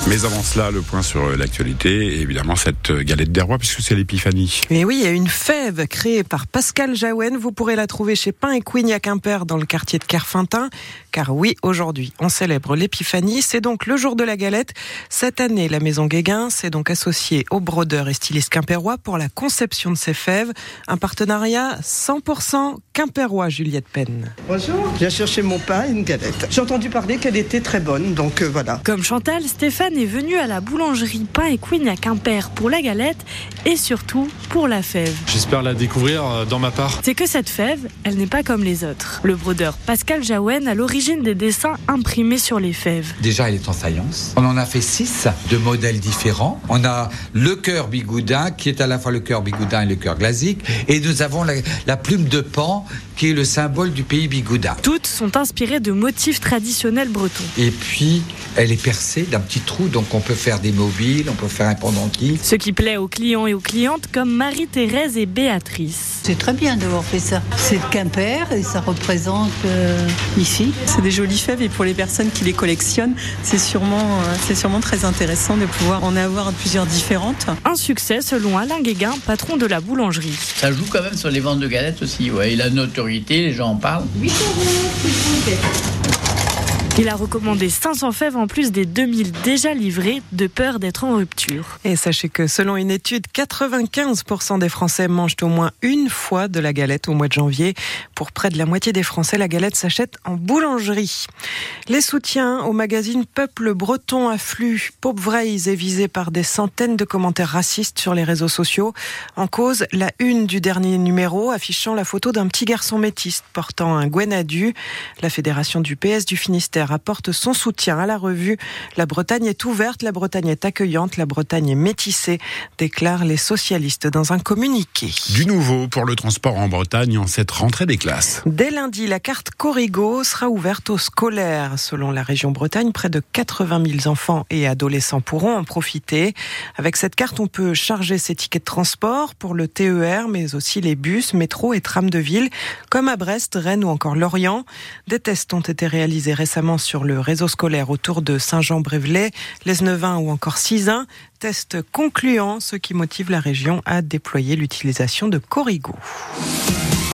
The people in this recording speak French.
Mais avant cela, le point sur l'actualité, et évidemment cette galette des rois, puisque c'est l'épiphanie. Et oui, il y a une fève créée par Pascal Jaouen. Vous pourrez la trouver chez Pain et Queenie à Quimper, dans le quartier de Kerfintin. Car oui, aujourd'hui, on célèbre l'épiphanie. C'est donc le jour de la galette. Cette année, la maison Guéguin s'est donc associée aux brodeurs et stylistes quimpérois pour la conception de ces fèves. Un partenariat 100% quimpérois, Juliette Penn. Bonjour, je viens chercher mon pain et une galette. J'ai entendu parler qu'elle était très bonne, donc voilà. Comme Chantal, Stéphane est venu à la boulangerie Pain et Queenie à Quimper pour la galette et surtout pour la fève. J'espère la découvrir dans ma part. C'est que cette fève, elle n'est pas comme les autres. Le brodeur Pascal Jaouen a l'origine des dessins imprimés sur les fèves. Déjà, elle est en faïence. On en a fait 6 de modèles différents. On a le cœur bigoudin, qui est à la fois le cœur bigoudin et le cœur glasique. Et nous avons la plume de Pan, qui est le symbole du pays bigoudin. Toutes sont inspirées de motifs traditionnels bretons. Et puis, elle est percée d'un petit trou, donc on peut faire des mobiles, on peut faire un pendentif. Ce qui plaît aux clients et aux clientes comme Marie-Thérèse et Béatrice. C'est très bien d'avoir fait ça. C'est de Quimper et ça représente ici. C'est des jolies fèves et pour les personnes qui les collectionnent, c'est sûrement très intéressant de pouvoir en avoir plusieurs différentes. Un succès selon Alain Guéguin, patron de la boulangerie. Ça joue quand même sur les ventes de galettes aussi, ouais. Et la notoriété, les gens en parlent. 8 €, s'il vous plaît. Il a recommandé 500 fèves en plus des 2000 déjà livrées, de peur d'être en rupture. Et sachez que selon une étude, 95% des Français mangent au moins une fois de la galette au mois de janvier. Pour près de la moitié des Français, la galette s'achète en boulangerie. Les soutiens au magazine Peuple Breton affluent. Pope Vreise est visé par des centaines de commentaires racistes sur les réseaux sociaux. En cause, la une du dernier numéro affichant la photo d'un petit garçon métis portant un gwenadu. La fédération du PS du Finistère apporte son soutien à la revue. La Bretagne est ouverte, la Bretagne est accueillante, la Bretagne est métissée, déclarent les socialistes dans un communiqué. Du nouveau pour le transport en Bretagne en cette rentrée des classes. Dès lundi, la carte Corrigo sera ouverte aux scolaires. Selon la région Bretagne, près de 80 000 enfants et adolescents pourront en profiter. Avec cette carte, on peut charger ses tickets de transport pour le TER, mais aussi les bus, métros et trams de ville, comme à Brest, Rennes ou encore Lorient. Des tests ont été réalisés récemment sur le réseau scolaire autour de Saint-Jean-Brévelay, Lesneven ou encore Sizun. Test concluant, ce qui motive la région à déployer l'utilisation de Corrigo.